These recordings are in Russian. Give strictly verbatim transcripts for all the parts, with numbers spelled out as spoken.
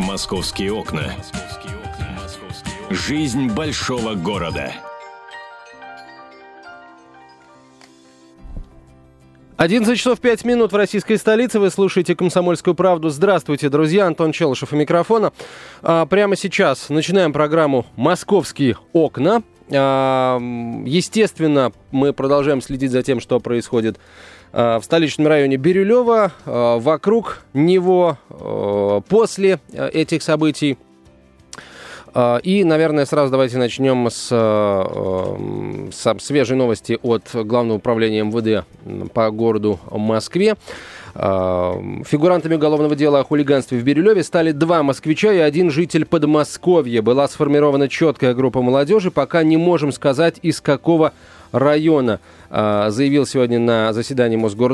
Московские окна. Жизнь большого города. одиннадцать часов пять минут в российской столице. Вы слушаете «Комсомольскую правду». Здравствуйте, друзья. Антон Челышев у микрофона. А, прямо сейчас начинаем программу «Московские окна». А, естественно, мы продолжаем следить за тем, что происходит а, в столичном районе Бирюлево, а, вокруг него, а, после этих событий. И, наверное, сразу давайте начнем с, с свежей новости от Главного управления эм вэ дэ по городу Москве. Фигурантами уголовного дела о хулиганстве в Бирюлеве стали два москвича и один житель Подмосковья. Была сформирована четкая группа молодежи. Пока не можем сказать, из какого района, заявил сегодня на заседании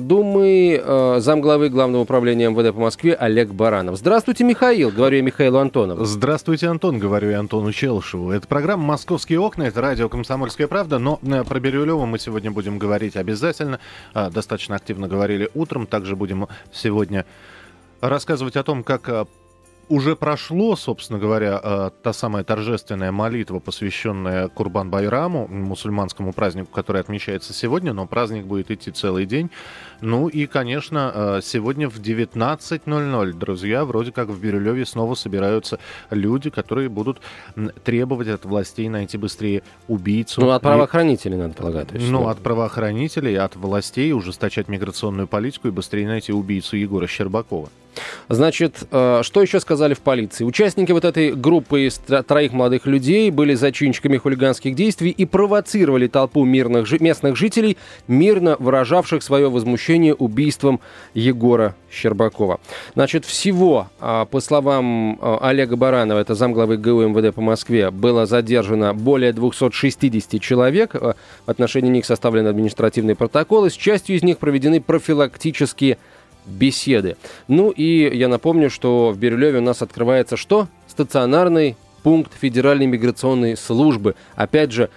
Мосгордумы замглавы Главного управления эм вэ дэ по Москве Олег Баранов. Здравствуйте, Михаил, говорю я Михаилу Антонову. Здравствуйте, Антон, говорю я Антону Челышеву. Это программа «Московские окна», это радио «Комсомольская правда», но про Бирюлево мы сегодня будем говорить обязательно. Достаточно активно говорили утром, также будем сегодня рассказывать о том, как уже прошло, собственно говоря, та самая торжественная молитва, посвященная Курбан-Байраму, мусульманскому празднику, который отмечается сегодня, но праздник будет идти целый день. Ну и, конечно, сегодня в девятнадцать ноль ноль, друзья, вроде как в Бирюлеве снова собираются люди, которые будут требовать от властей найти быстрее убийцу. Ну, от правоохранителей, надо полагать. Ну, что? От правоохранителей, от властей ужесточать миграционную политику и быстрее найти убийцу Егора Щербакова. Значит, что еще сказали в полиции? Участники вот этой группы из троих молодых людей были зачинщиками хулиганских действий и провоцировали толпу мирных, местных жителей, мирно выражавших свое возмущение убийством Егора Щербакова. Значит, всего, по словам Олега Баранова, это замглавы гэ у эм вэ дэ по Москве, было задержано более двести шестьдесят человек. В отношении них составлены административные протоколы. С частью из них проведены профилактические беседы. Ну и я напомню, что в Бирюлеве у нас открывается что? Стационарный пункт Федеральной миграционной службы. Опять же,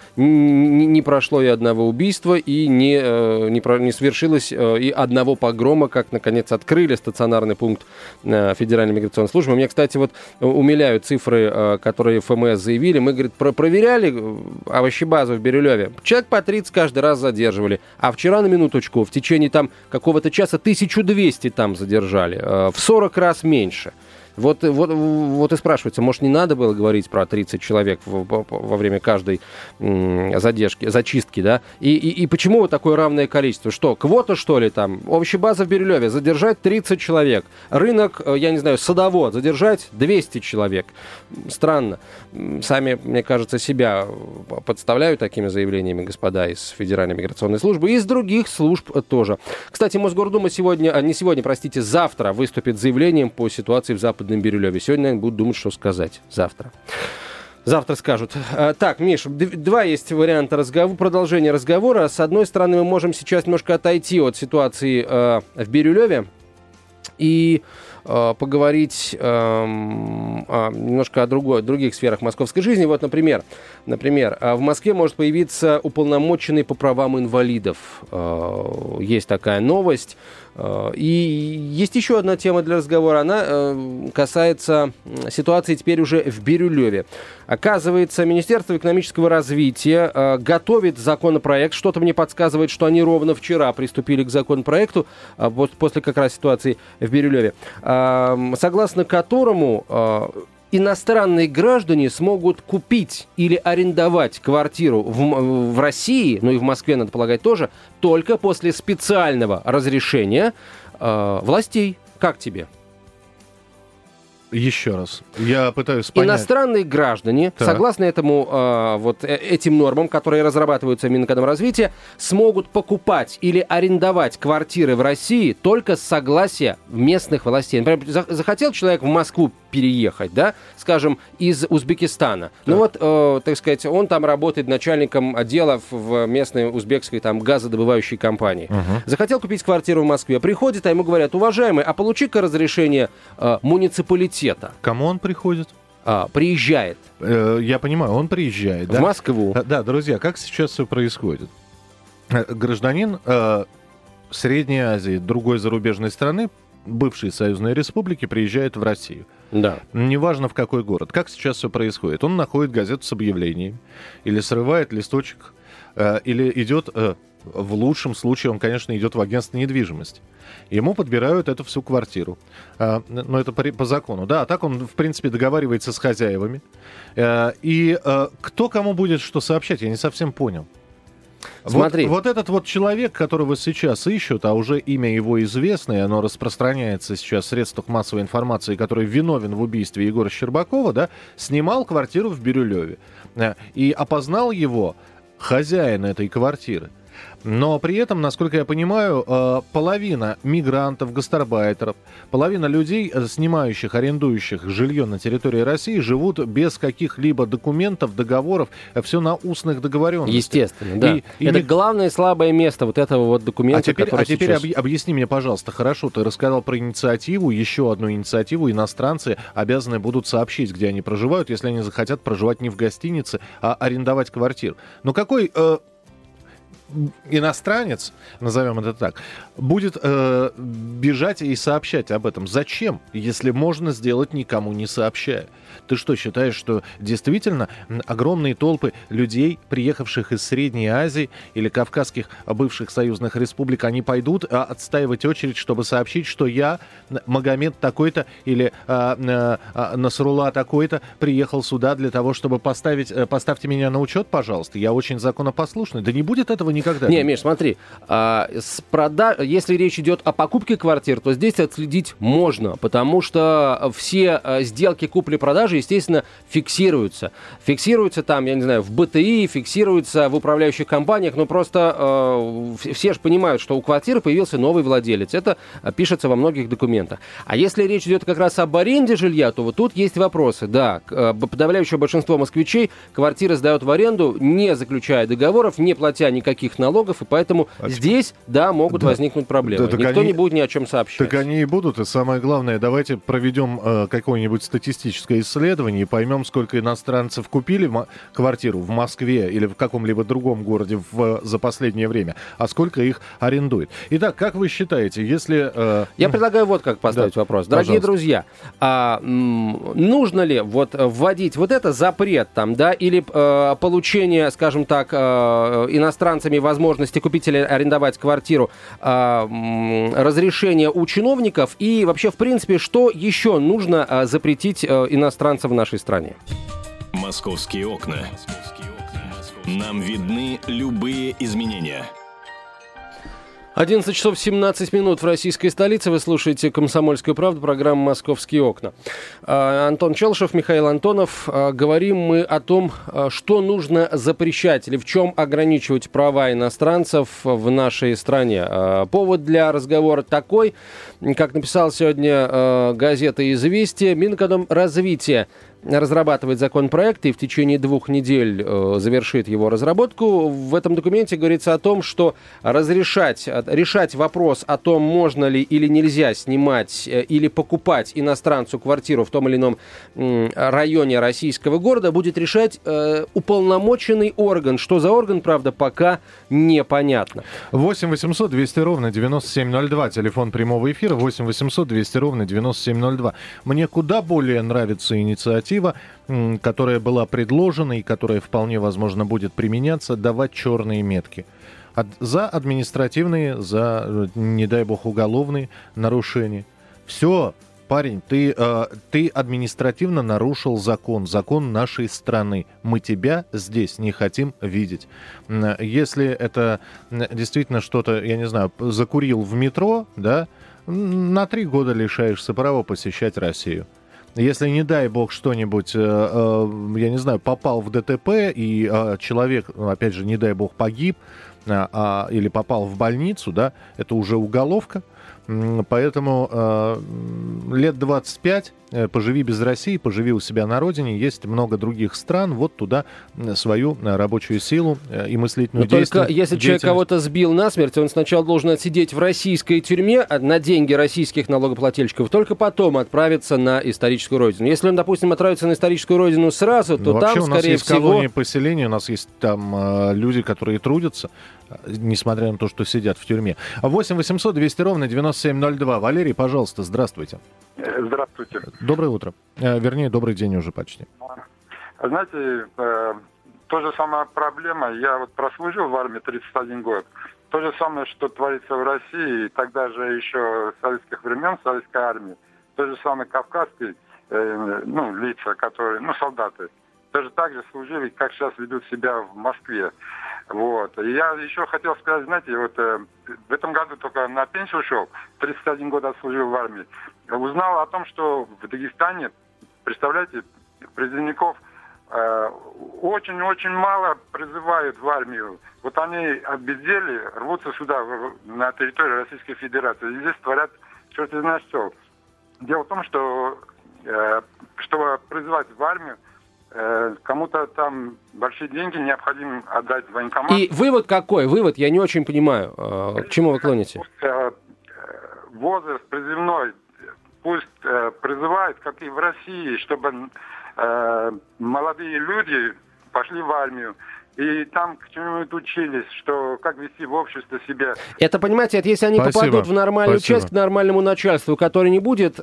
не прошло и одного убийства, и не, не, про, не свершилось и одного погрома, как, наконец, открыли стационарный пункт Федеральной миграционной службы. Меня, кстати, вот умиляют цифры, которые эф эм эс заявили. Мы, говорит, про- проверяли овощебазу в Бирюлеве. Человек по тридцать каждый раз задерживали. А вчера, на минуточку, в течение там какого-то часа тысячу двести там задержали. В сорок раз меньше. Вот, вот, вот и спрашивается, может, не надо было говорить про тридцать человек во, во время каждой м, задержки, зачистки, да? И, и, и почему вот такое равное количество? Что, квота, что ли, там? Общебаза в Бирюлеве, задержать тридцать человек. Рынок, я не знаю, садовод, задержать двести человек. Странно. Сами, мне кажется, себя подставляют такими заявлениями господа из Федеральной миграционной службы и из других служб тоже. Кстати, Мосгордума сегодня, не сегодня, простите, завтра выступит с заявлением по ситуации в Западном Бирюлеве. Сегодня, наверное, будут думать, что сказать. Завтра. Завтра скажут. Так, Миш, два есть варианта разговора, продолжения разговора. С одной стороны, мы можем сейчас немножко отойти от ситуации э, в Бирюлеве и э, поговорить э, э, немножко о другой, других сферах московской жизни. Вот, например, например, в Москве может появиться уполномоченный по правам инвалидов. Э, есть такая новость. И есть еще одна тема для разговора. Она касается ситуации теперь уже в Бирюлеве. Оказывается, Министерство экономического развития готовит законопроект. Что-то мне подсказывает, что они ровно вчера приступили к законопроекту, после как раз ситуации в Бирюлеве, согласно которому иностранные граждане смогут купить или арендовать квартиру в, в России, ну и в Москве, надо полагать, тоже, только после специального разрешения э, властей. Как тебе? Еще раз. Я пытаюсь понять. Иностранные граждане, так. согласно этому, э, вот, э, этим нормам, которые разрабатываются Минэкономразвития, смогут покупать или арендовать квартиры в России только с согласия местных властей. Например, захотел человек в Москву переехать, да, скажем, из Узбекистана. Так. Ну вот, э, так сказать, он там работает начальником отдела в местной узбекской там газодобывающей компании. Угу. Захотел купить квартиру в Москве. Приходит, а ему говорят: уважаемый, а получи-ка разрешение э, муниципалитета. Кому он приходит? А, приезжает. Э, я понимаю, он приезжает. В да? Москву. Да, да, друзья, как сейчас все происходит? Гражданин э, Средней Азии, другой зарубежной страны, бывшей союзной республики, приезжает в Россию. Да. Неважно в какой город. Как сейчас все происходит? Он находит газету с объявлением, или срывает листочек, э, или идет, э, в лучшем случае, он, конечно, идет в агентство недвижимости. Ему подбирают эту всю квартиру. Э, но это по, по закону. Да, а так он, в принципе, договаривается с хозяевами. Э, и э, кто кому будет что сообщать, я не совсем понял. Смотри. Вот, вот этот вот человек, которого сейчас ищут, а уже имя его известно, и оно распространяется сейчас в средствах массовой информации, который виновен в убийстве Егора Щербакова, да, снимал квартиру в Бирюлеве. И опознал его хозяин этой квартиры. Но при этом, насколько я понимаю, половина мигрантов, гастарбайтеров, половина людей, снимающих, арендующих жилье на территории России, живут без каких-либо документов, договоров, все на устных договоренностях. Естественно, да. И, и Это ми... главное слабое место вот этого вот документа, а теперь, который А теперь сейчас... об, объясни мне, пожалуйста, хорошо, ты рассказал про инициативу, еще одну инициативу, иностранцы обязаны будут сообщить, где они проживают, если они захотят проживать не в гостинице, а арендовать квартиру. Но какой... Э... иностранец, назовем это так, будет э, бежать и сообщать об этом. Зачем, если можно сделать никому не сообщая? Ты что, считаешь, что действительно огромные толпы людей, приехавших из Средней Азии или кавказских бывших союзных республик, они пойдут а, отстаивать очередь, чтобы сообщить, что я, Магомед такой-то или а, а, Насрулла такой-то, приехал сюда для того, чтобы поставить, поставьте меня на учет, пожалуйста, я очень законопослушный. Да не будет этого никогда. Не, Миш, смотри, а, с прода... если речь идет о покупке квартир, то здесь отследить можно, потому что все сделки купли-продажи, естественно, фиксируются. Фиксируются там, я не знаю, в бэ тэ и, фиксируются в управляющих компаниях, но просто э, все же понимают, что у квартиры появился новый владелец. Это пишется во многих документах. А если речь идет как раз об аренде жилья, то вот тут есть вопросы. Да, подавляющее большинство москвичей квартиры сдают в аренду, не заключая договоров, не платя никаких налогов, и поэтому а здесь, да, могут да. возникнуть проблемы. Да, Никто они... не будет ни о чем сообщать. Так они и будут, и самое главное, давайте проведем э, какое-нибудь статистическое исследование и поймем, сколько иностранцев купили м- квартиру в Москве или в каком-либо другом городе в, за последнее время, а сколько их арендует. Итак, как вы считаете, если... Э... Я предлагаю вот как поставить да, вопрос. Дорогие пожалуйста. друзья, а, м- нужно ли вот вводить вот это запрет там, да, или э, получение, скажем так, э, иностранцами возможности купить или арендовать квартиру, э, м- разрешение у чиновников и вообще, в принципе, что еще нужно э, запретить э, иностранцам в нашей стране? Московские окна. Нам видны любые изменения. одиннадцать часов семнадцать минут в российской столице. Вы слушаете «Комсомольскую правду», программа «Московские окна». Антон Челшев, Михаил Антонов. Говорим мы о том, что нужно запрещать или в чем ограничивать права иностранцев в нашей стране. Повод для разговора такой, как написала сегодня газета «Известия», Минэкономразвития разрабатывает законопроект и в течение двух недель э, завершит его разработку. В этом документе говорится о том, что разрешать, решать вопрос о том, можно ли или нельзя снимать э, или покупать иностранцу квартиру в том или ином э, районе российского города будет решать э, уполномоченный орган. Что за орган, правда, пока непонятно. восемь восемьсот двести ровно девяносто семь ноль два, телефон прямого эфира, восемь восемьсот двести ровно девяносто семь ноль два. Мне куда более нравится инициатива, которая была предложена и которая вполне возможно будет применяться, давать черные метки. От, за административные, за, не дай бог, уголовные нарушения. Все, парень, ты, э, ты административно нарушил закон, закон нашей страны. Мы тебя здесь не хотим видеть. Если это действительно что-то, я не знаю, закурил в метро, да, на три года лишаешься права посещать Россию. Если, не дай бог, что-нибудь, э, э, я не знаю, попал в дэ тэ пэ, и э, человек, опять же, не дай бог, погиб, э, э, или попал в больницу, да, это уже уголовка. Поэтому э, лет двадцать пять э, поживи без России, поживи у себя на родине. Есть много других стран, вот туда свою рабочую силу э, и мыслительную деятельность. Только если человек кого-то сбил насмерть, он сначала должен отсидеть в российской тюрьме на деньги российских налогоплательщиков, только потом отправиться на историческую родину. Если он, допустим, отправится на историческую родину сразу, то ну, там, скорее всего... Вообще у нас есть всего... колонии поселения, у нас есть там э, люди, которые трудятся, несмотря на то, что сидят в тюрьме. восемь восемьсот двести ровно девяносто семь ноль два. Валерий, пожалуйста, здравствуйте. Здравствуйте. Доброе утро. Э, вернее, добрый день уже почти. Знаете, э, то же самая проблема. Я вот прослужил в армии тридцать один год. То же самое, что творится в России, тогда же еще советских времен, советской армии. То же самое кавказские э, ну, лица, которые, ну, солдаты, тоже так же служили, как сейчас ведут себя в Москве. Вот. И я еще хотел сказать, знаете, вот э, в этом году только на пенсию ушел, тридцать один год отслужил в армии. Узнал о том, что в Дагестане, представляете, призывников э, очень-очень мало призывают в армию. Вот они от безделья рвутся сюда, в, на территорию Российской Федерации. И здесь творят черт не знает что. Дело в том, что э, чтобы призывать в армию, кому-то там большие деньги необходимо отдать в военкомат. И вывод какой? Вывод, я не очень понимаю. К чему вы клоните? Возраст призывной пусть призывают, как и в России, чтобы молодые люди пошли в армию. И там к чему-нибудь учились, что как вести в обществе себя. Это, понимаете, это если они Спасибо. попадут в нормальную Спасибо. часть к нормальному начальству, которое не будет, э,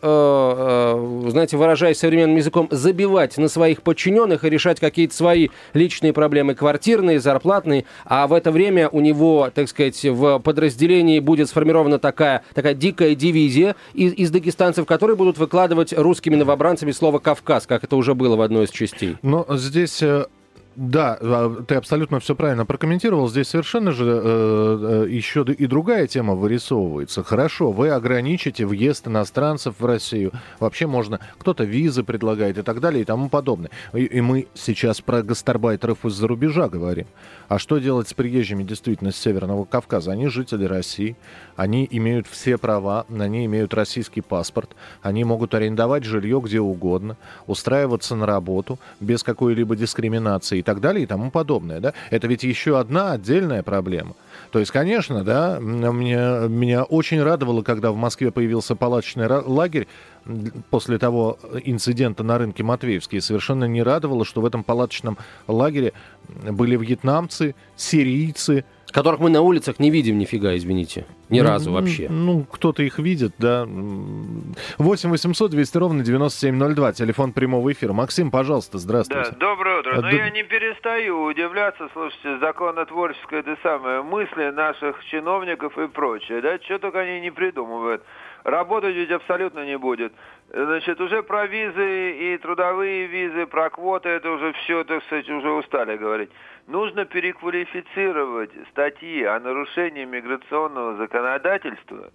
э, знаете, выражаясь современным языком, забивать на своих подчиненных и решать какие-то свои личные проблемы, квартирные, зарплатные, а в это время у него, так сказать, в подразделении будет сформирована такая, такая дикая дивизия из, из дагестанцев, которые будут выкладывать русскими новобранцами слово «Кавказ», как это уже было в одной из частей. Но здесь... Да, ты абсолютно все правильно прокомментировал. Здесь совершенно же э, еще и другая тема вырисовывается. Хорошо, вы ограничите въезд иностранцев в Россию. Вообще можно... Кто-то визы предлагает и так далее и тому подобное. И, и мы сейчас про гастарбайтеров из-за рубежа говорим. А что делать с приезжими действительно с Северного Кавказа? Они жители России, они имеют все права, они имеют российский паспорт, они могут арендовать жилье где угодно, устраиваться на работу без какой-либо дискриминации и так далее и тому подобное. Да? Это ведь еще одна отдельная проблема. То есть, конечно, да, меня, меня очень радовало, когда в Москве появился палаточный лагерь после того инцидента на рынке Матвеевский. Совершенно не радовало, что в этом палаточном лагере были вьетнамцы, сирийцы. Которых мы на улицах не видим нифига, извините. Ни ну, разу вообще. Ну, кто-то их видит, да. восемь восемьсот двести ровно девяносто семь ноль два. Телефон прямого эфира. Максим, пожалуйста, здравствуйте. Да, доброе утро. А, Но да... я не перестаю удивляться, слушайте, законотворческое, это самое, мысли наших чиновников и прочее. Да, что только они не придумывают. Работать ведь абсолютно не будет. Значит, уже про визы и трудовые визы, про квоты, это уже все, так сказать, уже устали говорить. Нужно переквалифицировать статьи о нарушении миграционного законодательства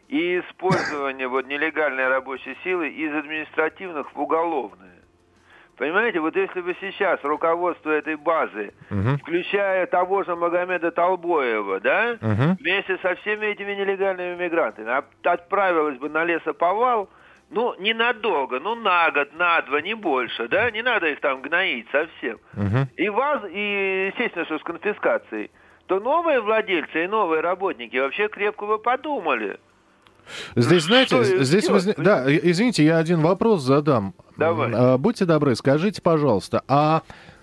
и использование вот нелегальной рабочей силы из административных в уголовные. Понимаете, вот если бы сейчас руководство этой базы, uh-huh. включая того же Магомеда Толбоева, да, uh-huh. вместе со всеми этими нелегальными мигрантами, отправилось бы на лесоповал, ну, ненадолго, ну, на год, на два, не больше, да, не надо их там гноить совсем. Uh-huh. И вас, и, естественно, что с конфискацией, то новые владельцы и новые работники вообще крепко бы подумали. Здесь, знаете, что здесь... Возник... Да, извините, я один вопрос задам. Давай. Будьте добры, скажите, пожалуйста, а,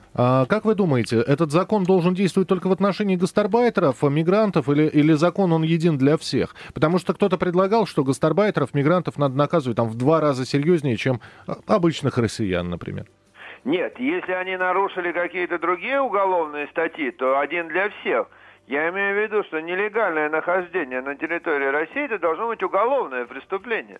а как вы думаете, этот закон должен действовать только в отношении гастарбайтеров, мигрантов, или, или закон он един для всех? Потому что кто-то предлагал, что гастарбайтеров, мигрантов надо наказывать там в два раза серьезнее, чем обычных россиян, например. Нет, если они нарушили какие-то другие уголовные статьи, то один для всех. Я имею в виду, что нелегальное нахождение на территории России это должно быть уголовное преступление.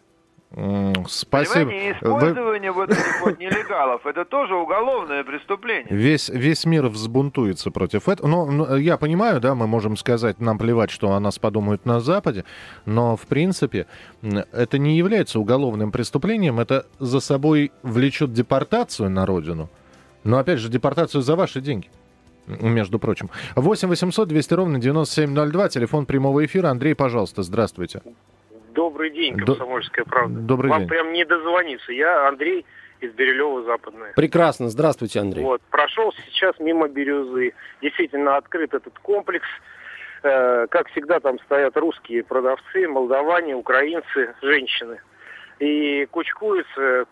Mm, спасибо. Понимаете, использование Вы... вот этих вот нелегалов это тоже уголовное преступление. Весь, весь мир взбунтуется против этого. Но, но я понимаю, да, мы можем сказать, нам плевать, что о нас подумают на Западе, но в принципе это не является уголовным преступлением, это за собой влечет депортацию на родину. Но опять же, депортацию за ваши деньги. Между прочим. восемь восемьсот двести ровно девяносто семь ноль два. Телефон прямого эфира. Андрей, пожалуйста, здравствуйте. Добрый день, «Комсомольская правда». Добрый Вам день. прям не дозвониться. Я Андрей из Бирюлево-Западное. Прекрасно. Здравствуйте, Андрей. Вот. Прошел сейчас мимо Бирюзы. Действительно открыт этот комплекс. Э, как всегда, там стоят русские продавцы, молдаване, украинцы, женщины. И кучкуются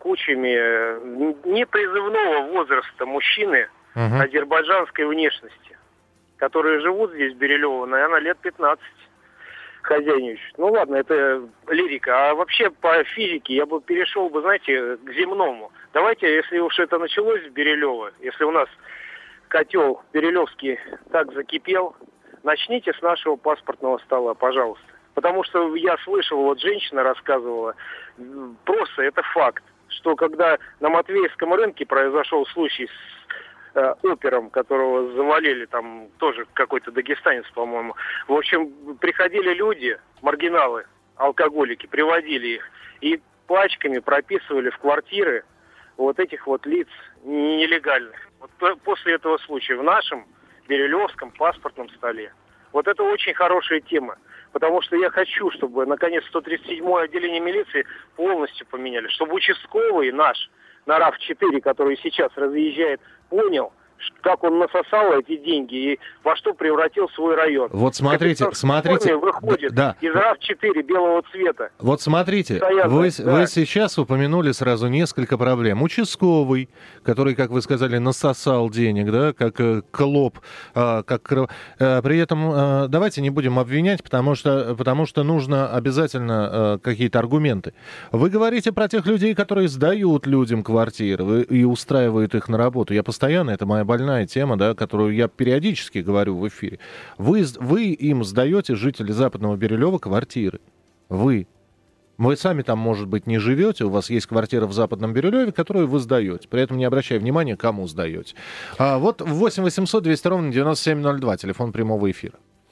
кучами непризывного возраста мужчины, Uh-huh. азербайджанской внешности, которые живут здесь в Бирюлево, наверное, лет пятнадцать. хозяйничают. Ну ладно, это лирика. А вообще по физике я бы перешел бы, знаете, к земному. Давайте, если уж это началось в Бирюлево, если у нас котел Бирюлевский так закипел, начните с нашего паспортного стола, пожалуйста. Потому что я слышал, вот женщина рассказывала, просто это факт, что когда на Матвеевском рынке произошел случай с э, опером, которого завалили, там тоже какой-то дагестанец, по-моему. В общем, приходили люди, маргиналы, алкоголики, приводили их и пачками прописывали в квартиры вот этих вот лиц нелегальных. Вот после этого случая в нашем Бирюлевском паспортном столе. Вот это очень хорошая тема. Потому что я хочу, чтобы, наконец, сто тридцать седьмое отделение милиции полностью поменяли. Чтобы участковый наш на РАФ четыре, который сейчас разъезжает, понял, как он насосал эти деньги и во что превратил свой район. Вот смотрите, смотрите. Выходит да. из РАФ четыре белого цвета. Вот смотрите, вы, да. вы сейчас упомянули сразу несколько проблем. Участковый, который, как вы сказали, насосал денег, да, как э, клоп, э, как э, при этом э, давайте не будем обвинять, потому что, потому что нужно обязательно э, какие-то аргументы. Вы говорите про тех людей, которые сдают людям квартиры и устраивают их на работу. Я постоянно, это моя больная тема, да, которую я периодически говорю в эфире. Вы, вы им сдаете, жители Западного Бирюлева, квартиры. Вы. Вы сами там, может быть, не живете, у вас есть квартира в Западном Бирюлеве, которую вы сдаете. При этом не обращая внимания, кому сдаете. А вот восемь восемьсот двести ровно девяносто семь ноль два, телефон прямого эфира.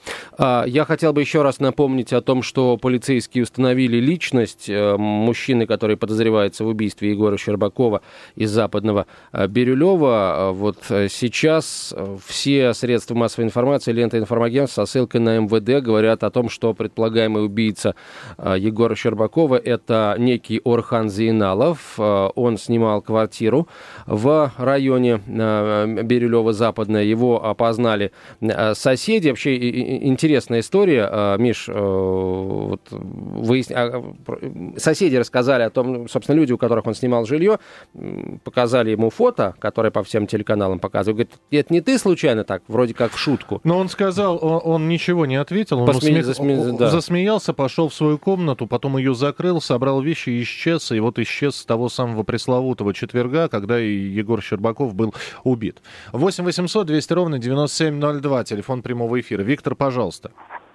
Я хотел бы еще раз напомнить о том, что полицейские установили личность мужчины, который подозревается в убийстве Егора Щербакова из Западного Бирюлева. Вот сейчас все средства массовой информации, лента информагентств со ссылкой на эм вэ дэ говорят о том, что предполагаемый убийца Егора Щербакова — это некий Орхан Зейналов. Он снимал квартиру в районе Бирюлева-Западное. Его опознали соседи. Вообще интересная история, Миш, вот, выясня... соседи рассказали о том, собственно, люди, у которых он снимал жилье, показали ему фото, которое по всем телеканалам показывают. Говорит, это не ты случайно так, вроде как в шутку? Но он сказал, он, он ничего не ответил, он Посме... усмех... Засме... да. засмеялся, пошел в свою комнату, потом ее закрыл, собрал вещи и исчез, и вот исчез с того самого пресловутого четверга, когда и Егор Щербаков был убит. восемь восемьсот двести ровно девяносто семь ноль два, телефон прямого эфира. Виктор, пожалуйста.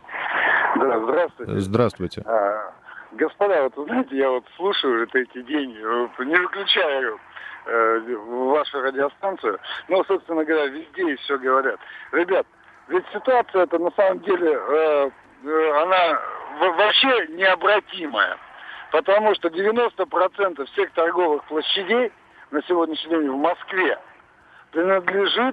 Да, здравствуйте. Здравствуйте. А, господа, вот знаете, я вот слушаю это эти дни, не выключаю э, вашу радиостанцию, но, собственно говоря, везде и все говорят. Ребят, ведь ситуация это на самом деле, э, э, она в- вообще необратимая, потому что девяносто процентов всех торговых площадей на сегодняшний день в Москве принадлежит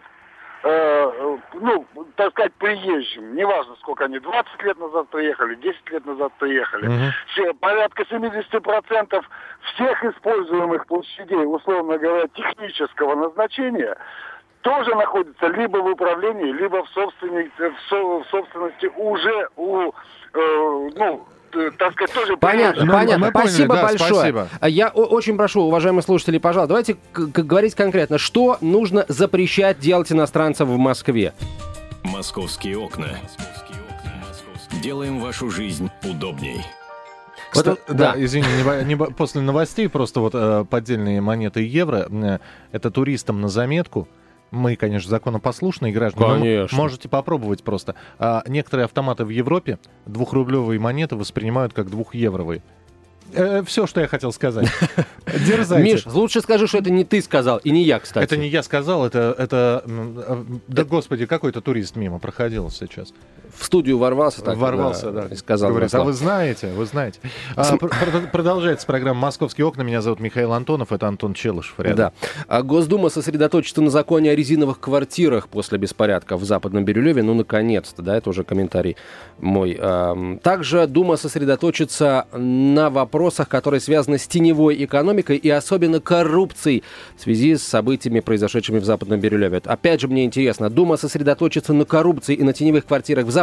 Э, ну, так сказать, приезжим. Неважно, сколько они, двадцать лет назад приехали, десять лет назад приехали. Uh-huh. Все, порядка семьдесят процентов всех используемых площадей, условно говоря, технического назначения, тоже находятся либо в управлении, либо в, собственности, в собственности уже у, э, ну, так сказать, тоже... Понятно, мы, понятно. Мы спасибо поняли, да, большое. Спасибо. Я о- очень прошу, уважаемые слушатели, пожалуйста, давайте к- к- говорить конкретно, что нужно запрещать делать иностранцам в Москве. Московские окна. Делаем вашу жизнь удобней. Вот, Вот, да, да. извини, не, не, после новостей просто вот э, поддельные монеты евро, э, это туристам на заметку. Мы, конечно, законопослушные граждане. Конечно. Но можете попробовать просто. А некоторые автоматы в Европе двухрублевые монеты воспринимают как двухевровые. Э, все, что я хотел сказать. Дерзайте. Миш, лучше скажи, что это не ты сказал, и не я, кстати. Это не я сказал, это... это да, господи, какой-то турист мимо проходил сейчас. В студию ворвался, так Ворвался, да. И сказал. Говорит, а Ярослав. вы знаете, вы знаете. А, пр- пр- продолжается программа «Московские окна». Меня зовут Михаил Антонов, это Антон Челышев рядом. Да. А Госдума сосредоточится на законе о резиновых квартирах после беспорядка в Западном Бирюлеве. Ну, наконец-то, да, это уже комментарий мой. Также Дума сосредоточится на вопросах, которые связаны с теневой экономикой и особенно коррупцией в связи с событиями, произошедшими в Западном Бирюлеве. Опять же, мне интересно, Дума сосредоточится на коррупции и на теневых квартирах в Западном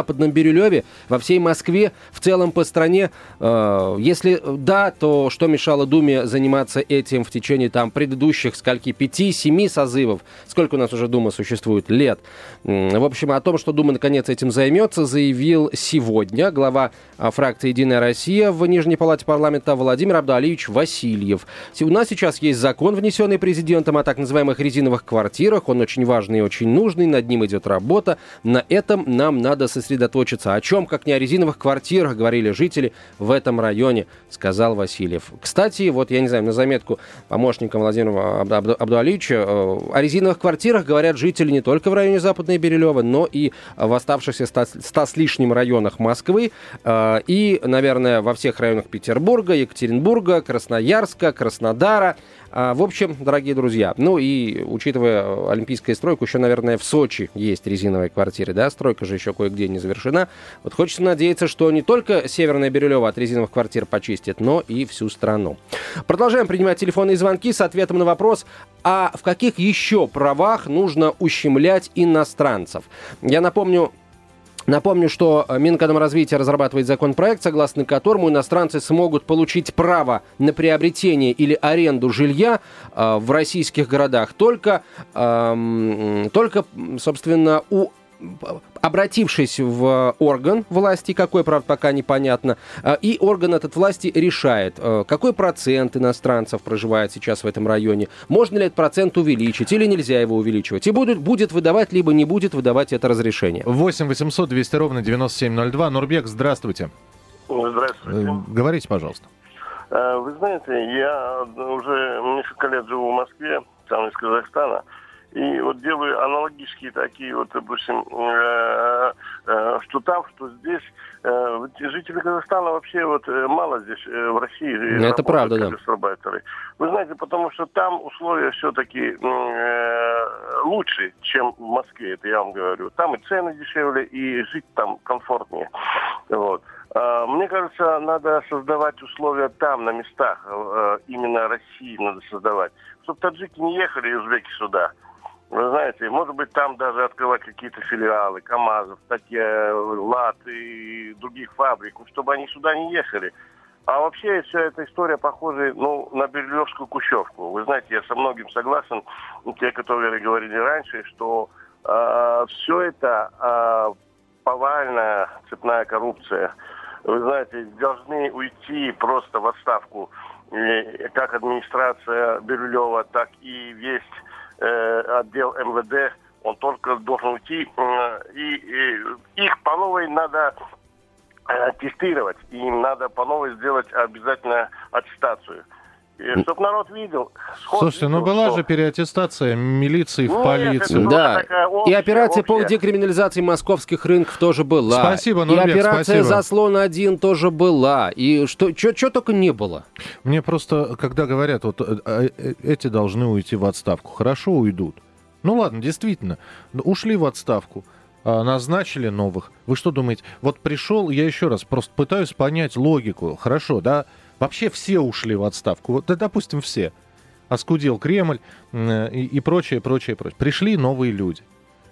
Западном Бирюлеве, во всей Москве, в целом по стране? Э, если да, то что мешало Думе заниматься этим в течение там предыдущих, скольки, пяти-семи созывов? Сколько у нас уже Дума существует? Лет. В общем, о том, что Дума наконец этим займется, заявил сегодня глава фракции «Единая Россия» в Нижней палате парламента Владимир Абдуалиевич Васильев. У нас сейчас есть закон, внесенный президентом, о так называемых резиновых квартирах. Он очень важный и очень нужный, над ним идет работа. На этом нам надо сосредоточиться. О чем, как не о резиновых квартирах, говорили жители в этом районе, сказал Васильев. Кстати, вот я не знаю, на заметку помощника Владимира Абдуалиевича, о резиновых квартирах говорят жители не только в районе Западной Бирюлева, но и в оставшихся ста, ста с лишним районах Москвы и, наверное, во всех районах Петербурга, Екатеринбурга, Красноярска, Краснодара. В общем, дорогие друзья, ну и учитывая олимпийскую стройку, еще, наверное, в Сочи есть резиновые квартиры, да, стройка же еще кое-где не завершена. Вот хочется надеяться, что не только Северная Бирюлева от резиновых квартир почистит, но и всю страну. Продолжаем принимать телефонные звонки с ответом на вопрос, а в каких еще правах нужно ущемлять иностранцев? Я напомню, Напомню, что Минэкономразвития разрабатывает законопроект, согласно которому иностранцы смогут получить право на приобретение или аренду жилья э, в российских городах только, э, только, собственно, у обратившись в орган власти, какой, правда, пока непонятно, и орган этот власти решает, какой процент иностранцев проживает сейчас в этом районе, можно ли этот процент увеличить или нельзя его увеличивать, и будет, будет выдавать, либо не будет выдавать это разрешение. восемь восемьсот двести ровно девяносто семь ноль два. Нурбек, здравствуйте. Здравствуйте. Говорите, пожалуйста. Вы знаете, я уже несколько лет живу в Москве, сам из Казахстана. И вот делаю аналогические такие вот, допустим, э, э, что там, что здесь. Э, жители Казахстана вообще вот мало здесь э, в России. Это правда, да. Вы знаете, потому что там условия все-таки э, лучше, чем в Москве, это я вам говорю. Там и цены дешевле, и жить там комфортнее. Вот. Э, мне кажется, надо создавать условия там, на местах, э, именно России надо создавать. Чтобы таджики не ехали и узбеки сюда. Вы знаете, может быть, там даже открывать какие-то филиалы, КАМАЗов, такие, ЛАТ и других фабрик, чтобы они сюда не ехали. А вообще вся эта история похожа, ну, на Бирюлевскую Кущевку. Вы знаете, я со многим согласен, те, которые говорили раньше, что э, все это э, повальная цепная коррупция. Вы знаете, должны уйти просто в отставку э, как администрация Бирюлева, так и весь отдел эм вэ дэ, он только должен уйти, и, и их по новой надо тестировать, и им надо по новой сделать обязательно аттестацию. Чтобы народ видел. Слушайте, видел, ну была что... же переаттестация милиции в полицию. Да, общая, и операция общая. по декриминализации московских рынков тоже была. Спасибо, Нурбек, и операция спасибо. «Заслон один» тоже была. И что, что только не было. Мне просто, когда говорят, вот эти должны уйти в отставку, хорошо уйдут. Ну ладно, действительно, ушли в отставку, назначили новых. Вы что думаете? Вот пришел, я еще раз просто пытаюсь понять логику. Хорошо, да? Вообще все ушли в отставку. Вот, да, допустим, все. Оскудел Кремль э, и, и прочее, прочее, прочее. Пришли новые люди.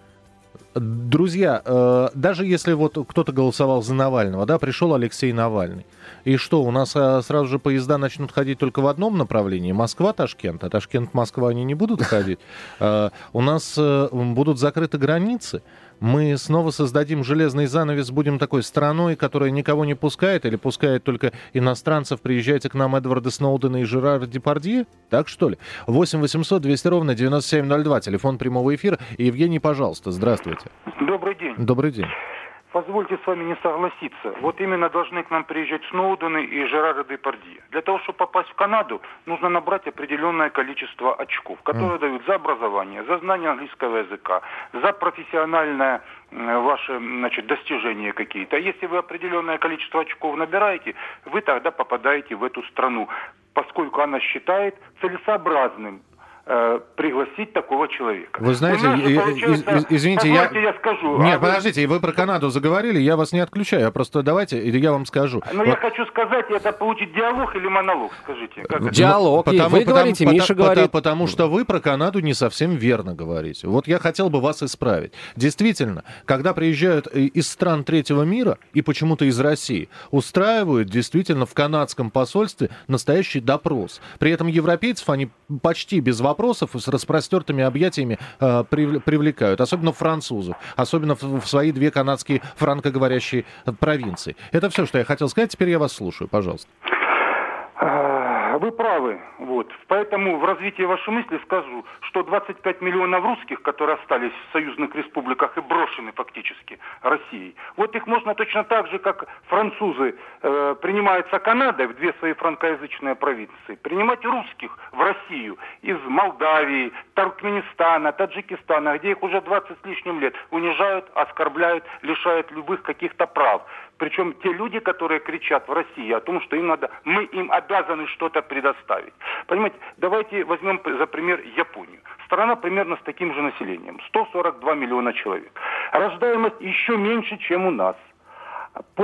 Друзья, э, даже если вот кто-то голосовал за Навального, да, пришел Алексей Навальный. И что, у нас э, сразу же поезда начнут ходить только в одном направлении? Москва-Ташкент, а Ташкент-Москва они не будут ходить. Э, у нас э, будут закрыты границы. Мы снова создадим железный занавес, будем такой страной, которая никого не пускает или пускает только иностранцев. Приезжайте к нам, Эдварда Сноудена и Жерара Депардье. Так что ли? восемь восемьсот двести ровно девяносто семь ноль два. Телефон прямого эфира. Евгений, пожалуйста, здравствуйте. Добрый день. Добрый день. Позвольте с вами не согласиться. Вот именно должны к нам приезжать Сноудены и Жерар Депардье. Для того, чтобы попасть в Канаду, нужно набрать определенное количество очков, которые mm. дают за образование, за знание английского языка, за профессиональное э, ваше, значит, достижения какие-то. А если вы определенное количество очков набираете, вы тогда попадаете в эту страну, поскольку она считает целесообразным пригласить такого человека. Вы знаете, из, из, извините, я... я скажу. Нет, а подождите, вы... вы про Канаду заговорили, я вас не отключаю, а просто давайте, я вам скажу. Но вот... я хочу сказать, это получить диалог или монолог, скажите. Как диалог, ну, потому, вы потому, говорите, потому, Миша потому, говорит. Потому что вы про Канаду не совсем верно говорите. Вот я хотел бы вас исправить. Действительно, когда приезжают из стран третьего мира, и почему-то из России, устраивают действительно в канадском посольстве настоящий допрос. При этом европейцев они почти без вопросов и с распростертыми объятиями э, привлекают. Особенно французов. Особенно в, в свои две канадские франкоговорящие провинции. Это все, что я хотел сказать. Теперь я вас слушаю. Пожалуйста. Вы правы. Вот. Поэтому в развитии вашей мысли скажу, что двадцать пять миллионов русских, которые остались в союзных республиках и брошены фактически Россией, вот их можно точно так же, как французы э, принимаются Канадой в две свои франкоязычные провинции, принимать русских в Россию из Молдавии, Туркменистана, Таджикистана, где их уже двадцать с лишним лет унижают, оскорбляют, лишают любых каких-то прав. Причем те люди, которые кричат в России о том, что им надо, мы им обязаны что-то предоставить. Понимаете, давайте возьмем за пример Японию. Страна примерно с таким же населением. сто сорок два миллиона человек. Рождаемость еще меньше, чем у нас. По,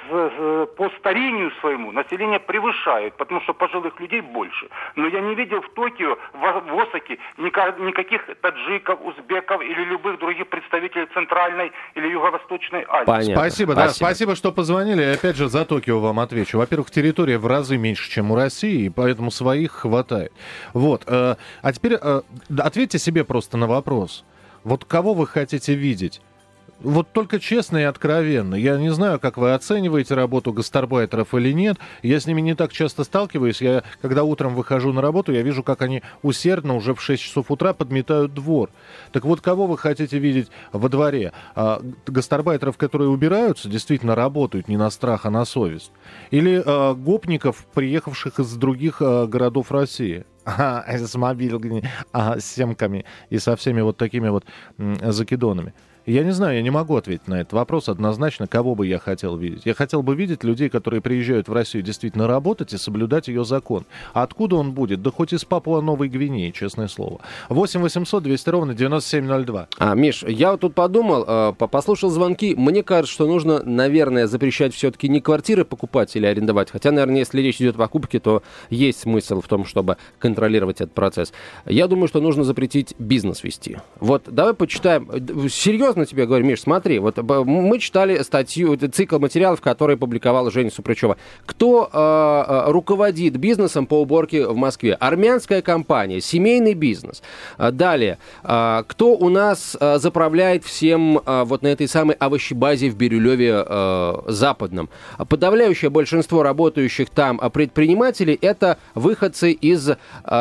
по старению своему население превышает, потому что пожилых людей больше. Но я не видел в Токио, в, в Осаке никаких таджиков, узбеков или любых других представителей Центральной или Юго-Восточной Азии. Понятно. Спасибо, да, спасибо. Спасибо, что позвонили. И опять же за Токио вам отвечу. Во-первых, территория в разы меньше, чем у России, и поэтому своих хватает. Вот. А теперь ответьте себе просто на вопрос. Вот кого вы хотите видеть? Вот только честно и откровенно. Я не знаю, как вы оцениваете работу гастарбайтеров или нет. Я с ними не так часто сталкиваюсь. Я, когда утром выхожу на работу, я вижу, как они усердно уже в шесть часов утра подметают двор. Так вот, кого вы хотите видеть во дворе? А, гастарбайтеров, которые убираются, действительно работают не на страх, а на совесть? Или а, гопников, приехавших из других а, городов России? Ага, с мобилками, ага, с семками и со всеми вот такими вот м, закидонами. Я не знаю, я не могу ответить на этот вопрос однозначно, кого бы я хотел видеть. Я хотел бы видеть людей, которые приезжают в Россию действительно работать и соблюдать ее закон. А откуда он будет? Да хоть из Папуа-Новой Гвинеи, честное слово. восемь восемьсот двести ровно девяносто семь ноль два. А, Миш, я вот тут подумал, послушал звонки. Мне кажется, что нужно, наверное, запрещать все-таки не квартиры покупать или арендовать. Хотя, наверное, если речь идет о покупке, то есть смысл в том, чтобы контролировать этот процесс. Я думаю, что нужно запретить бизнес вести. Вот давай почитаем. Серьезно тебе говорю, Миш, смотри, вот мы читали статью, цикл материалов, который публиковала Женя Супручева. Кто э, руководит бизнесом по уборке в Москве? Армянская компания, семейный бизнес. Далее, э, кто у нас э, заправляет всем э, вот на этой самой овощебазе в Бирюлеве э, Западном? Подавляющее большинство работающих там предпринимателей — это выходцы из э,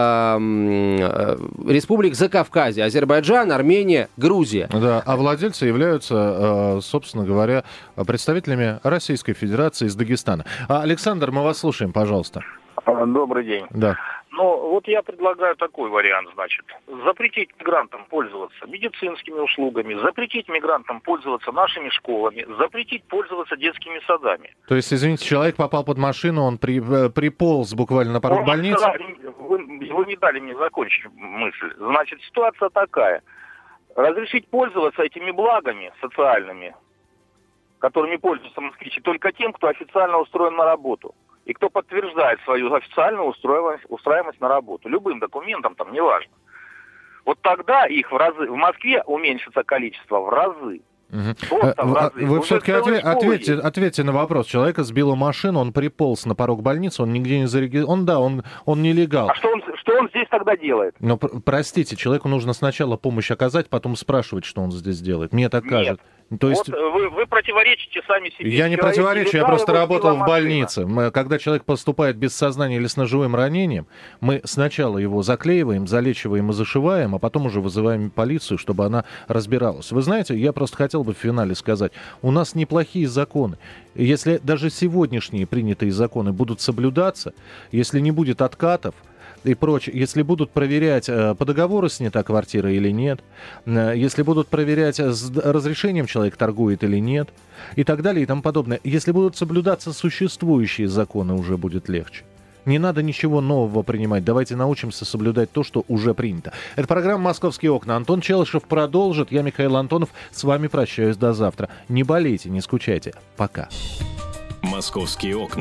э, республик Закавказья, Азербайджан, Армения, Грузия. Да, а владельцы являются, собственно говоря, представителями Российской Федерации из Дагестана. Александр, мы вас слушаем, пожалуйста. Добрый день. Да. Ну, вот я предлагаю такой вариант, значит. Запретить мигрантам пользоваться медицинскими услугами, запретить мигрантам пользоваться нашими школами, запретить пользоваться детскими садами. То есть, извините, человек попал под машину, он при, приполз буквально на порог больницы? Вы, вы не дали мне закончить мысль. Значит, ситуация такая. Разрешить пользоваться этими благами социальными, которыми пользуются москвичи, только тем, кто официально устроен на работу. И кто подтверждает свою официальную устроимость, устраиваемость на работу. Любым документом, там, неважно. Вот тогда их в разы, в Москве уменьшится количество в разы. Угу. Вы, вы все-таки отве- ответьте, ответьте на вопрос. Человека сбила машину, он приполз на порог больницы, он нигде не зарегистрирован. Он, да, он, он нелегал. А что он, что он здесь тогда делает? Но, пр- простите, человеку нужно сначала помощь оказать, потом спрашивать, что он здесь делает. Мне так кажется. То есть... Вот вы, вы противоречите сами себе. Я не Человек противоречу, я просто работал в машина. больнице. Мы, когда человек поступает без сознания или с ножевым ранением, мы сначала его заклеиваем, залечиваем и зашиваем, а потом уже вызываем полицию, чтобы она разбиралась. Вы знаете, я просто хотел бы в финале сказать, у нас неплохие законы. Если даже сегодняшние принятые законы будут соблюдаться, если не будет откатов, и прочее, если будут проверять, по договору снята квартира или нет, если будут проверять, с разрешением человек торгует или нет, и так далее, и тому подобное. Если будут соблюдаться существующие законы, уже будет легче. Не надо ничего нового принимать. Давайте научимся соблюдать то, что уже принято. Это программа «Московские окна». Антон Челышев продолжит. Я, Михаил Антонов, с вами прощаюсь до завтра. Не болейте, не скучайте. Пока. «Московские окна».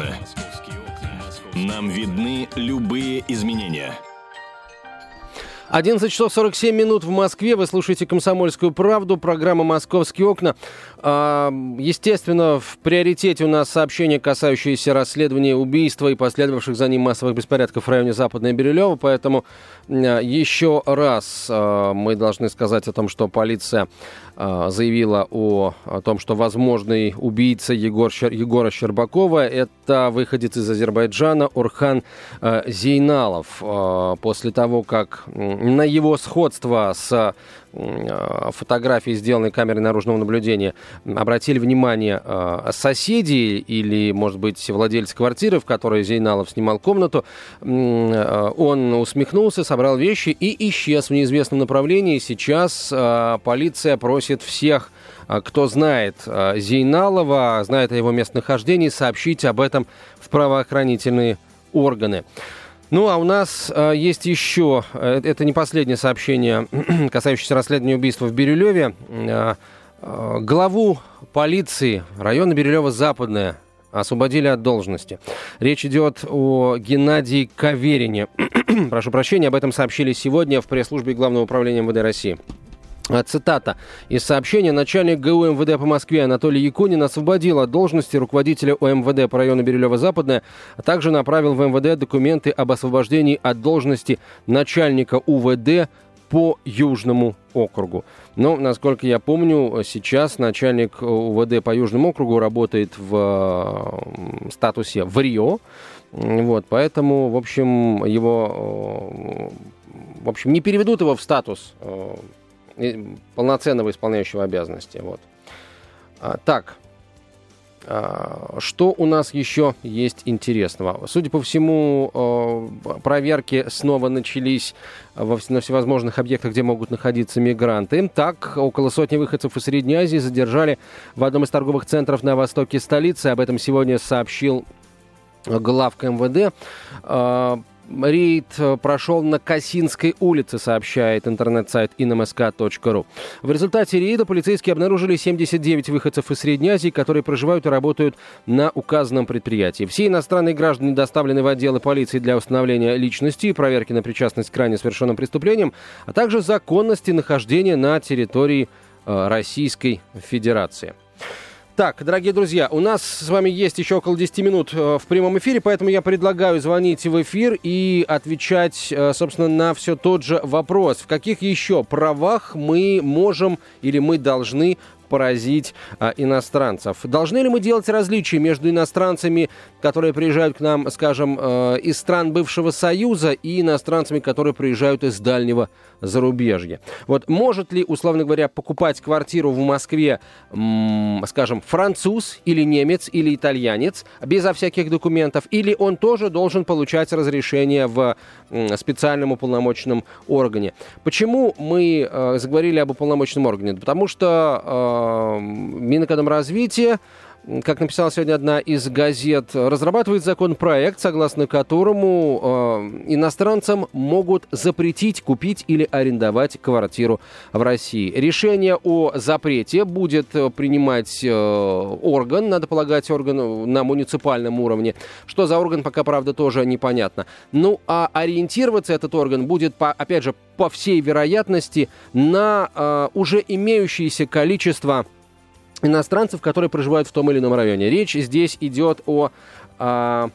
Нам видны любые изменения. одиннадцать часов сорок семь минут в Москве. Вы слушаете «Комсомольскую правду», программа «Московские окна». Естественно, в приоритете у нас сообщения, касающиеся расследования убийства и последовавших за ним массовых беспорядков в районе Западной Бирюлево. Поэтому еще раз мы должны сказать о том, что полиция заявила о, о том, что возможный убийца Егор, Егора Щербакова — это выходец из Азербайджана Орхан э, Зейналов. Э, после того, как на его сходство с э, фотографией, сделанной камерой наружного наблюдения, обратили внимание э, соседи или, может быть, владельцы квартиры, в которой Зейналов снимал комнату, э, он усмехнулся, собрал вещи и исчез в неизвестном направлении. Сейчас э, полиция просит всех, кто знает Зейналова, знает о его местонахождении, сообщить об этом в правоохранительные органы. Ну, а у нас э, есть еще, э, это не последнее сообщение, касающееся расследования убийства в Бирюлеве. Э, э, главу полиции района Бирюлево-Западное освободили от должности. Речь идет о Геннадии Каверине. Прошу прощения, об этом сообщили сегодня в пресс-службе Главного управления эм вэ дэ России. Цитата из сообщения. Начальник гэ у эм вэ дэ по Москве Анатолий Якунин освободил от должности руководителя о эм вэ дэ по району Бирюлево-Западное, а также направил в эм вэ дэ документы об освобождении от должности начальника у вэ дэ по Южному округу. Но, насколько я помню, сейчас начальник у вэ дэ по Южному округу работает в статусе в РИО. Вот, поэтому, в общем, его, в общем, не переведут его в статус полноценного исполняющего обязанности. Вот. А, так, а, что у нас еще есть интересного? Судя по всему, а, проверки снова начались во, на всевозможных объектах, где могут находиться мигранты. Так, около сотни выходцев из Средней Азии задержали в одном из торговых центров на востоке столицы. Об этом сегодня сообщил главка эм вэ дэ. А, Рейд прошел на Косинской улице, сообщает интернет-сайт эн эм эс ка точка ру. В результате рейда полицейские обнаружили семьдесят девять выходцев из Средней Азии, которые проживают и работают на указанном предприятии. Все иностранные граждане доставлены в отделы полиции для установления личности и проверки на причастность к ранее совершенным преступлениям, а также законности нахождения на территории э, Российской Федерации. Так, дорогие друзья, у нас с вами есть еще около десяти минут э, в прямом эфире, поэтому я предлагаю звонить в эфир и отвечать, э, собственно, на все тот же вопрос. В каких еще правах мы можем или мы должны поразить а, иностранцев? Должны ли мы делать различия между иностранцами, которые приезжают к нам, скажем, э, из стран бывшего Союза, и иностранцами, которые приезжают из дальнего зарубежья? Вот может ли, условно говоря, покупать квартиру в Москве, м, скажем, француз или немец или итальянец безо всяких документов, или он тоже должен получать разрешение в м, специальном уполномоченном органе? Почему мы э, заговорили об уполномоченном органе? Потому что э, Минэкономразвития, как написала сегодня одна из газет, разрабатывает законопроект, согласно которому э, иностранцам могут запретить купить или арендовать квартиру в России. Решение о запрете будет принимать э, орган, надо полагать, орган на муниципальном уровне. Что за орган, пока, правда, тоже непонятно. Ну, а ориентироваться этот орган будет, по, опять же, по всей вероятности, на э, уже имеющееся количество иностранцев, которые проживают в том или ином районе. Речь здесь идет о, о,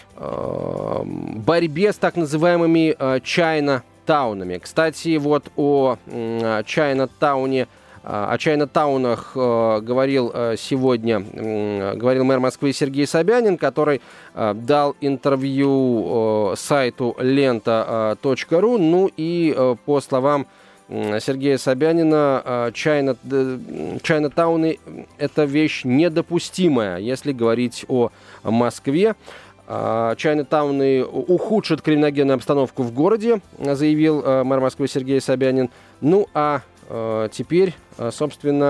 о борьбе с так называемыми Чайна-таунами. Кстати, вот о Чайна-тауне, о Чайна-таунах говорил сегодня, говорил мэр Москвы Сергей Собянин, который дал интервью сайту лента точка ру. Ну и по словам Сергея Собянина, Чайна, Чайна-тауны – это вещь недопустимая, если говорить о Москве. Чайна-тауны ухудшат криминогенную обстановку в городе, заявил мэр Москвы Сергей Собянин. Ну а теперь, собственно,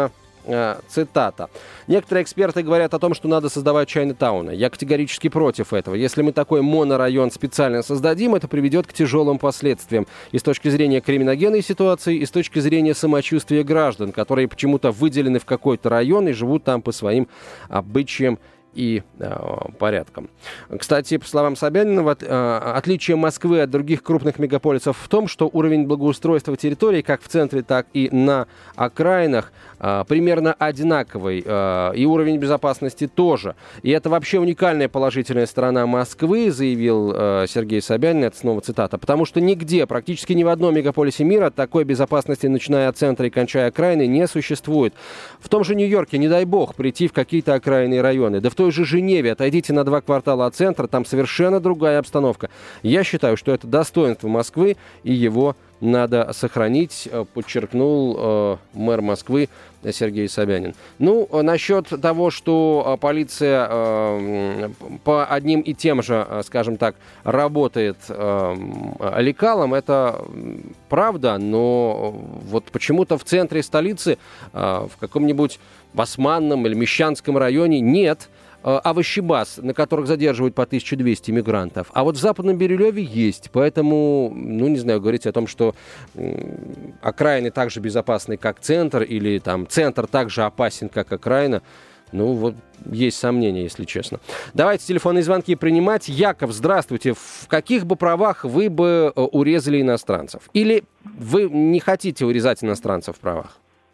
цитата. Некоторые эксперты говорят о том, что надо создавать Чайна-тауны. Я категорически против этого. Если мы такой монорайон специально создадим, это приведет к тяжелым последствиям. И с точки зрения криминогенной ситуации, и с точки зрения самочувствия граждан, которые почему-то выделены в какой-то район и живут там по своим обычаям и э, порядком. Кстати, по словам Собянина, вот, э, отличие Москвы от других крупных мегаполисов в том, что уровень благоустройства территории как в центре, так и на окраинах э, примерно одинаковый, э, и уровень безопасности тоже. И это вообще уникальная положительная сторона Москвы, заявил э, Сергей Собянин, это снова цитата, потому что нигде, практически ни в одном мегаполисе мира такой безопасности, начиная от центра и кончая окраины, не существует. В том же Нью-Йорке, не дай бог, прийти в какие-то окраинные районы, да в той же Женеве, отойдите на два квартала от центра, там совершенно другая обстановка. Я считаю, что это достоинство Москвы, и его надо сохранить, подчеркнул э, мэр Москвы Сергей Собянин. Ну, насчет того, что полиция э, по одним и тем же, скажем так, работает э, лекалом, это правда, но вот почему-то в центре столицы, э, в каком-нибудь Басманном или Мещанском районе нет овощебаз, на которых задерживают по тысяча двести мигрантов. А вот в Западном Бирюлеве есть. Поэтому, ну, не знаю, говорить о том, что окраины так же безопасны, как центр, или там центр так же опасен, как окраина, ну, вот есть сомнения, если честно. Давайте телефонные звонки принимать. Яков, здравствуйте. В каких бы правах вы бы урезали иностранцев? Или вы не хотите урезать иностранцев в правах?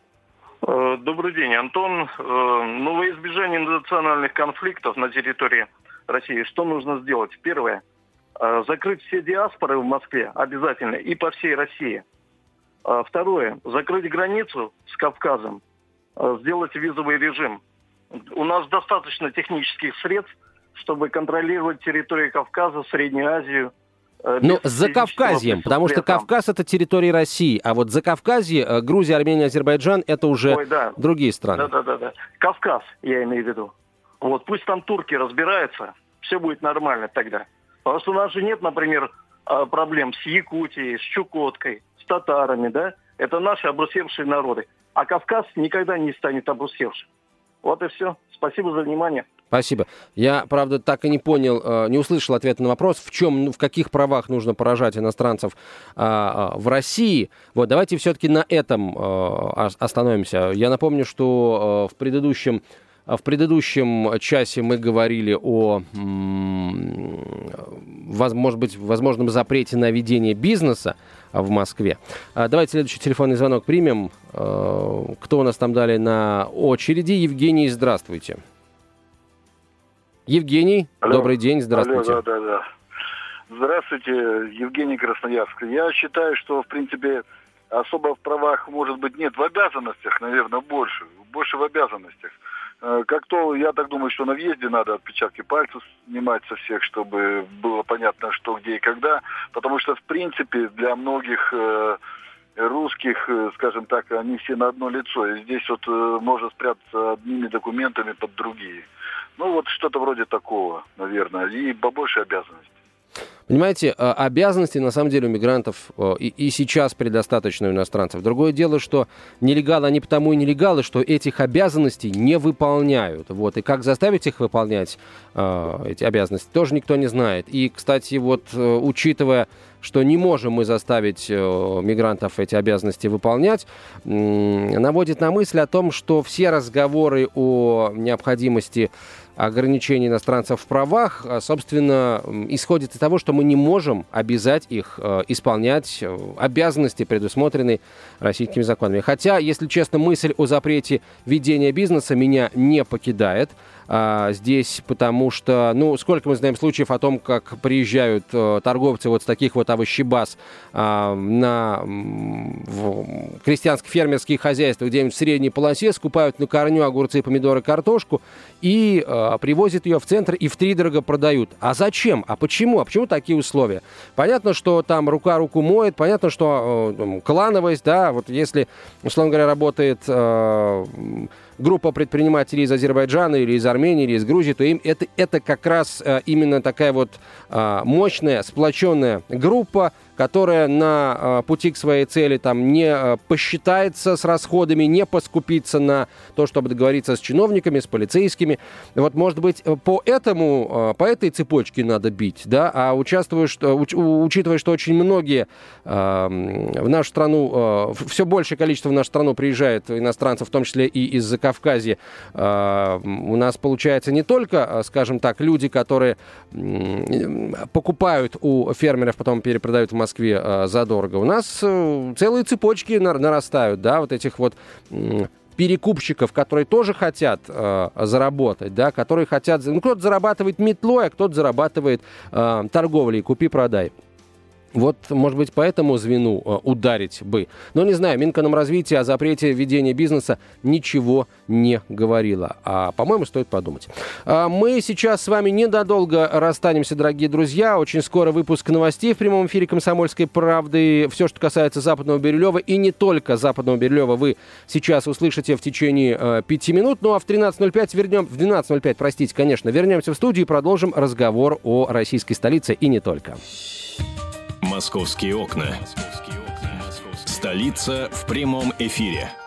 Добрый день, Антон. Ну, во избежание национальных конфликтов на территории России, что нужно сделать? Первое. Закрыть все диаспоры в Москве обязательно и по всей России. Второе. Закрыть границу с Кавказом. Сделать визовый режим. У нас достаточно технических средств, чтобы контролировать территорию Кавказа, Среднюю Азию. Ну, с Закавказьем, потому что Кавказ — это территория России, а вот Закавказье, Грузия, Армения, Азербайджан — это уже Ой, да. другие страны. Да-да-да. Кавказ, я имею в виду. Вот, пусть там турки разбираются, все будет нормально тогда. Потому что у нас же нет, например, проблем с Якутией, с Чукоткой, с татарами, да? Это наши обрусевшие народы. А Кавказ никогда не станет обрусевшим. Вот и все. Спасибо за внимание. Спасибо. Я, правда, так и не понял, не услышал ответа на вопрос, в чем, в каких правах нужно поражать иностранцев а, в России. Вот, давайте все-таки на этом а, остановимся. Я напомню, что а, в предыдущем В предыдущем часе мы говорили о, может быть, возможном запрете на ведение бизнеса в Москве. Давайте следующий телефонный звонок примем. Кто у нас там далее на очереди? Евгений, здравствуйте. Евгений, Алло. Добрый день, здравствуйте. Алло, да, да, да. Здравствуйте, Евгений, Красноярск. Я считаю, что, в принципе, особо в правах, может быть, нет, в обязанностях, наверное, больше. Больше в обязанностях. Как то, я так думаю, что на въезде надо отпечатки пальцев снимать со всех, чтобы было понятно, что, где и когда. Потому что, в принципе, для многих э, русских, э, скажем так, они все на одно лицо. И здесь вот э, можно спрятаться одними документами под другие. Ну, вот что-то вроде такого, наверное. И побольше обязанностей. Понимаете, обязанностей на самом деле у мигрантов и, и сейчас предостаточно у иностранцев. Другое дело, что нелегалы, они потому и нелегалы, что этих обязанностей не выполняют. Вот. И как заставить их выполнять э, эти обязанности, тоже никто не знает. И, кстати, вот учитывая, что не можем мы заставить э, мигрантов эти обязанности выполнять, э, наводит на мысль о том, что все разговоры о необходимости ограничений иностранцев в правах, собственно, исходит из того, что мы не можем обязать их э, исполнять э, обязанности, предусмотренные российскими законами. Хотя, если честно, мысль о запрете ведения бизнеса меня не покидает э, здесь, потому что, ну, сколько мы знаем случаев о том, как приезжают э, торговцы вот с таких вот овощебаз э, на в, крестьянско-фермерские хозяйства где-нибудь в средней полосе, скупают на корню огурцы, помидоры, картошку и э, привозят ее в центр и втридорого продают. А зачем? А почему? А почему такие условия? Понятно, что там рука руку моет, понятно, что э, клановость, да, вот если, условно говоря, работает э, группа предпринимателей из Азербайджана или из Армении или из Грузии, то им это, это как раз а, именно такая вот а, мощная, сплоченная группа, которая на а, пути к своей цели там не а, посчитается с расходами, не поскупится на то, чтобы договориться с чиновниками, с полицейскими. Вот, может быть, по этому, а, по этой цепочке надо бить, да, а участвуя, что, уч, учитывая, что очень многие а, в нашу страну, а, все большее количество в нашу страну приезжает иностранцев, в том числе и из Закавказья, а, у нас получается не только, скажем так, люди, которые м, покупают у фермеров, потом перепродают в Москве а, задорого. У нас а, целые цепочки нарастают, да, вот этих вот м, перекупщиков, которые тоже хотят э, заработать, да, которые хотят... Ну, кто-то зарабатывает метлой, а кто-то зарабатывает э, торговлей, купи-продай. Вот, может быть, по этому звену э, ударить бы. Но, не знаю, Минэкономразвития о запрете ведения бизнеса ничего не говорила. А, по-моему, стоит подумать. А мы сейчас с вами ненадолго расстанемся, дорогие друзья. Очень скоро выпуск новостей в прямом эфире «Комсомольской правды». Все, что касается Западного Бирюлева, и не только Западного Бирюлева, вы сейчас услышите в течение э, пяти минут. Ну, а в тринадцать ноль пять вернем... В двенадцать ноль пять, простите, конечно, вернемся в студию и продолжим разговор о российской столице и не только. «Московские окна». Столица в прямом эфире.